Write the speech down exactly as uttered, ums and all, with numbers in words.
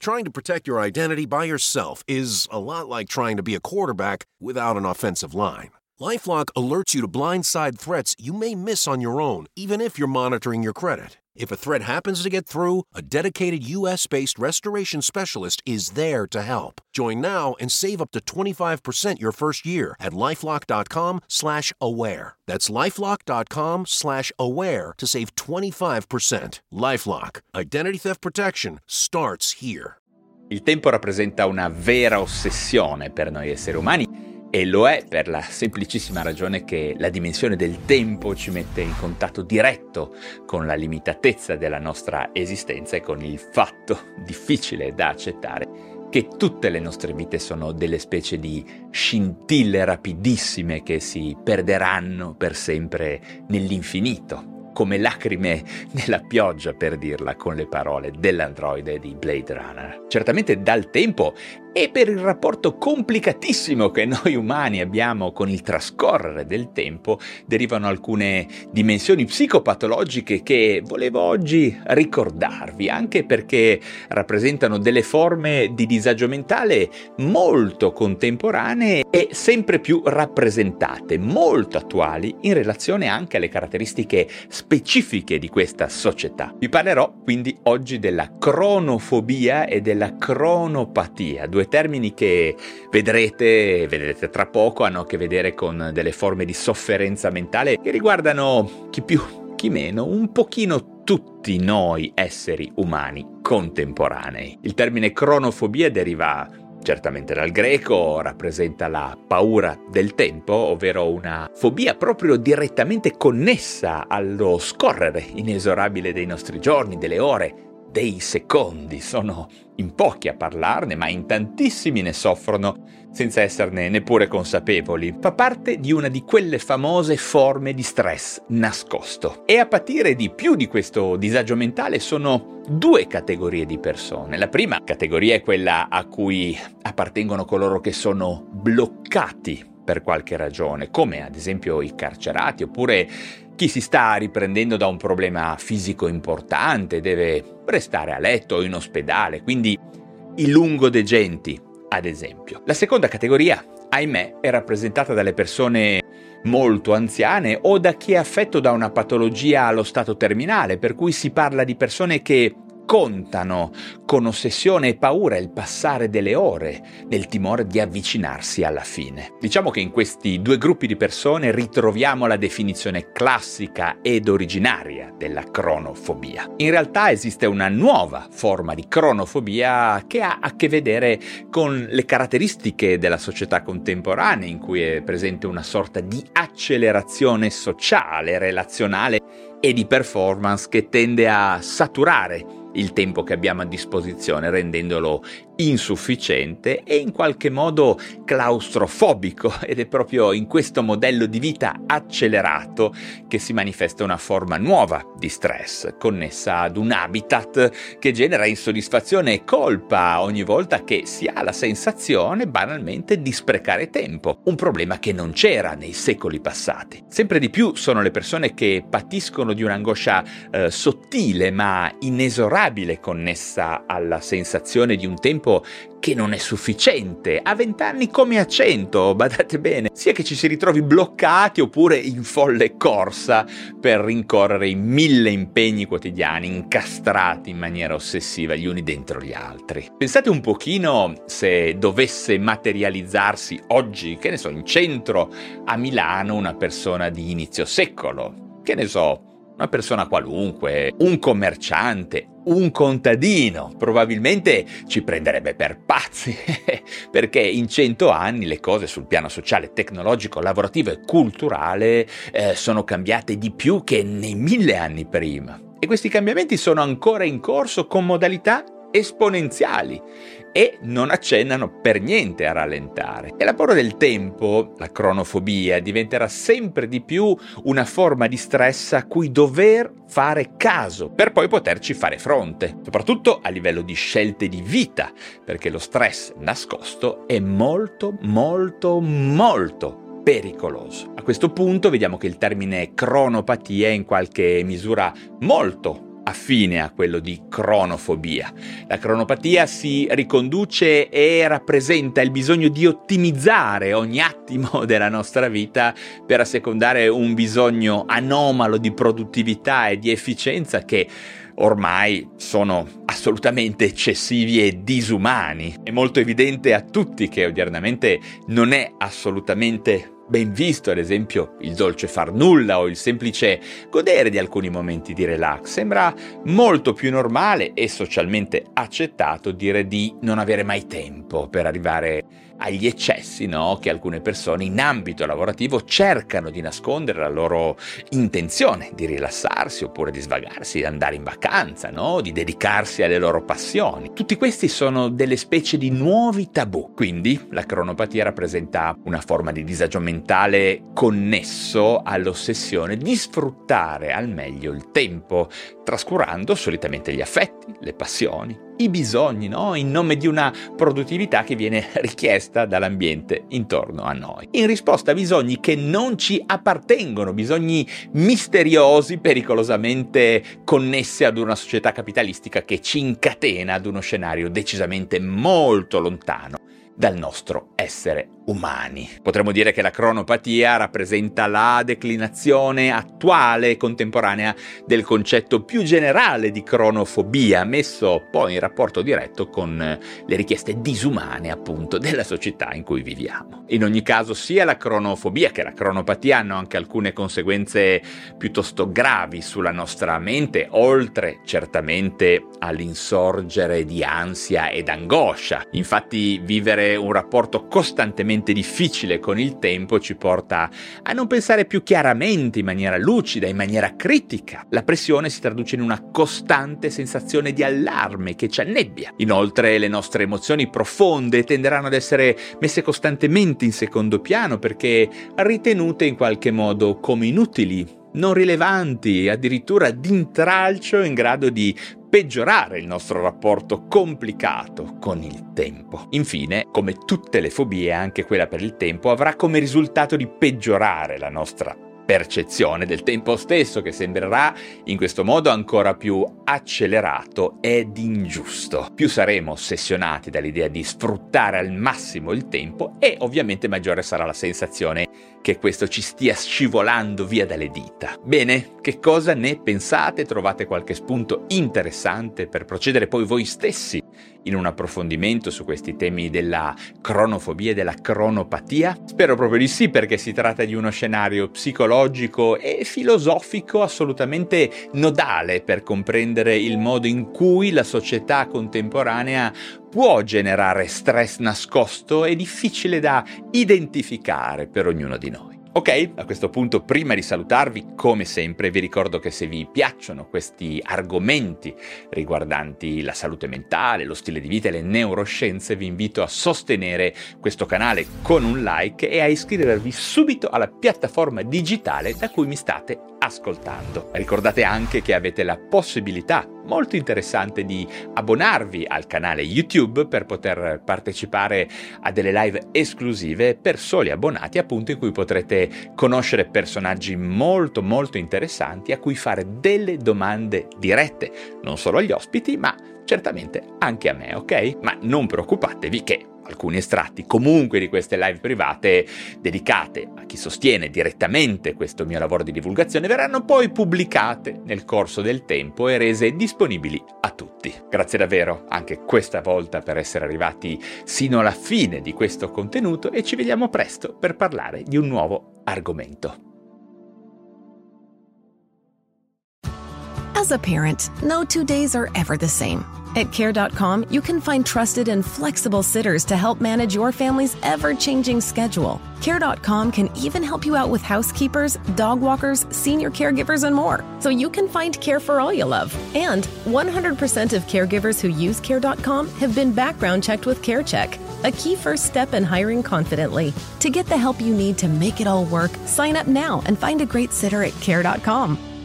Trying to protect your identity by yourself is a lot like trying to be a quarterback without an offensive line. LifeLock alerts you to blindside threats you may miss on your own, even if you're monitoring your credit. If a threat happens to get through, a dedicated U S-based restoration specialist is there to help. Join now and save up to twenty-five percent your first year at LifeLock.com slash aware. That's LifeLock.com slash aware to save twenty-five percent. LifeLock. Identity theft protection starts here. Il tempo rappresenta una vera ossessione per noi esseri umani. E lo è per la semplicissima ragione che la dimensione del tempo ci mette in contatto diretto con la limitatezza della nostra esistenza e con il fatto difficile da accettare che tutte le nostre vite sono delle specie di scintille rapidissime che si perderanno per sempre nell'infinito, come lacrime nella pioggia, per dirla con le parole dell'androide di Blade Runner. Certamente dal tempo e per il rapporto complicatissimo che noi umani abbiamo con il trascorrere del tempo derivano alcune dimensioni psicopatologiche che volevo oggi ricordarvi, anche perché rappresentano delle forme di disagio mentale molto contemporanee e sempre più rappresentate, molto attuali in relazione anche alle caratteristiche specifiche di questa società. Vi parlerò quindi oggi della cronofobia e della cronopatia, due termini che vedrete, vedrete tra poco, hanno a che vedere con delle forme di sofferenza mentale che riguardano chi più, chi meno, un pochino tutti noi esseri umani contemporanei. Il termine cronofobia deriva certamente dal greco, rappresenta la paura del tempo, ovvero una fobia proprio direttamente connessa allo scorrere inesorabile dei nostri giorni, delle ore, dei secondi. Sono in pochi a parlarne, ma in tantissimi ne soffrono senza esserne neppure consapevoli. Fa parte di una di quelle famose forme di stress nascosto. E a patire di più di questo disagio mentale sono due categorie di persone. La prima categoria è quella a cui appartengono coloro che sono bloccati per qualche ragione, come ad esempio i carcerati, oppure chi si sta riprendendo da un problema fisico importante, deve restare a letto o in ospedale, quindi i lungodegenti, ad esempio. La seconda categoria, ahimè, è rappresentata dalle persone molto anziane o da chi è affetto da una patologia allo stato terminale, per cui si parla di persone che contano con ossessione e paura il passare delle ore nel timore di avvicinarsi alla fine. Diciamo che in questi due gruppi di persone ritroviamo la definizione classica ed originaria della cronofobia. In realtà esiste una nuova forma di cronofobia che ha a che vedere con le caratteristiche della società contemporanea, in cui è presente una sorta di accelerazione sociale, relazionale e di performance che tende a saturare il tempo che abbiamo a disposizione, rendendolo insufficiente e in qualche modo claustrofobico, ed è proprio in questo modello di vita accelerato che si manifesta una forma nuova di stress, connessa ad un habitat che genera insoddisfazione e colpa ogni volta che si ha la sensazione banalmente di sprecare tempo, un problema che non c'era nei secoli passati. Sempre di più sono le persone che patiscono di un'angoscia eh, sottile ma inesorabile, connessa alla sensazione di un tempo che non è sufficiente, a vent'anni come a cento, badate bene, sia che ci si ritrovi bloccati oppure in folle corsa per rincorrere i mille impegni quotidiani incastrati in maniera ossessiva gli uni dentro gli altri. Pensate un pochino se dovesse materializzarsi oggi, che ne so, in centro a Milano una persona di inizio secolo, che ne so, una persona qualunque, un commerciante, un contadino, probabilmente ci prenderebbe per pazzi, perché in cento anni le cose sul piano sociale, tecnologico, lavorativo e culturale eh, sono cambiate di più che nei mille anni prima. E questi cambiamenti sono ancora in corso con modalità esponenziali e non accennano per niente a rallentare. E la paura del tempo, la cronofobia, diventerà sempre di più una forma di stress a cui dover fare caso per poi poterci fare fronte, soprattutto a livello di scelte di vita, perché lo stress nascosto è molto molto molto pericoloso. A questo punto vediamo che il termine cronopatia è in qualche misura molto affine a quello di cronofobia. La cronopatia si riconduce e rappresenta il bisogno di ottimizzare ogni attimo della nostra vita per assecondare un bisogno anomalo di produttività e di efficienza che ormai sono assolutamente eccessivi e disumani. È molto evidente a tutti che odiernamente non è assolutamente ben visto, ad esempio, il dolce far nulla o il semplice godere di alcuni momenti di relax. Sembra molto più normale e socialmente accettato dire di non avere mai tempo per arrivare agli eccessi, no? Che alcune persone in ambito lavorativo cercano di nascondere la loro intenzione di rilassarsi oppure di svagarsi, di andare in vacanza, no? Di dedicarsi alle loro passioni. Tutti questi sono delle specie di nuovi tabù. Quindi la cronopatia rappresenta una forma di disagio mentale connesso all'ossessione di sfruttare al meglio il tempo, trascurando solitamente gli affetti, le passioni, i bisogni, no? In nome di una produttività che viene richiesta dall'ambiente intorno a noi. In risposta a bisogni che non ci appartengono, bisogni misteriosi, pericolosamente connessi ad una società capitalistica che ci incatena ad uno scenario decisamente molto lontano dal nostro essere umani. Potremmo dire che la cronopatia rappresenta la declinazione attuale e contemporanea del concetto più generale di cronofobia, messo poi in rapporto diretto con le richieste disumane, appunto, della società in cui viviamo. In ogni caso, sia la cronofobia che la cronopatia hanno anche alcune conseguenze piuttosto gravi sulla nostra mente, oltre certamente all'insorgere di ansia ed angoscia. Infatti, vivere un rapporto costantemente difficile con il tempo ci porta a non pensare più chiaramente, in maniera lucida, in maniera critica. La pressione si traduce in una costante sensazione di allarme che ci annebbia. Inoltre le nostre emozioni profonde tenderanno ad essere messe costantemente in secondo piano perché ritenute in qualche modo come inutili, non rilevanti, addirittura d'intralcio, in grado di peggiorare il nostro rapporto complicato con il tempo. Infine, come tutte le fobie, anche quella per il tempo avrà come risultato di peggiorare la nostra percezione del tempo stesso, che sembrerà in questo modo ancora più accelerato ed ingiusto. Più saremo ossessionati dall'idea di sfruttare al massimo il tempo e ovviamente maggiore sarà la sensazione che questo ci stia scivolando via dalle dita. Bene, che cosa ne pensate? Trovate qualche spunto interessante per procedere poi voi stessi in un approfondimento su questi temi della cronofobia e della cronopatia? Spero proprio di sì, perché si tratta di uno scenario psicologico e filosofico assolutamente nodale per comprendere il modo in cui la società contemporanea può generare stress nascosto e difficile da identificare per ognuno di noi. Ok, a questo punto, prima di salutarvi, come sempre, vi ricordo che se vi piacciono questi argomenti riguardanti la salute mentale, lo stile di vita e le neuroscienze, vi invito a sostenere questo canale con un like e a iscrivervi subito alla piattaforma digitale da cui mi state ascoltando. Ricordate anche che avete la possibilità molto interessante di abbonarvi al canale YouTube per poter partecipare a delle live esclusive per soli abbonati, appunto, in cui potrete conoscere personaggi molto molto interessanti a cui fare delle domande dirette, non solo agli ospiti, ma certamente anche a me, ok? Ma non preoccupatevi che alcuni estratti comunque di queste live private dedicate a chi sostiene direttamente questo mio lavoro di divulgazione verranno poi pubblicate nel corso del tempo e rese disponibili a tutti. Grazie davvero anche questa volta per essere arrivati sino alla fine di questo contenuto e ci vediamo presto per parlare di un nuovo argomento. As a parent, no two days are ever the same. At care dot com, you can find trusted and flexible sitters to help manage your family's ever-changing schedule. care dot com can even help you out with housekeepers, dog walkers, senior caregivers, and more, so you can find care for all you love. And one hundred percent of caregivers who use care dot com have been background checked with CareCheck, a key first step in hiring confidently. To get the help you need to make it all work, sign up now and find a great sitter at care dot com.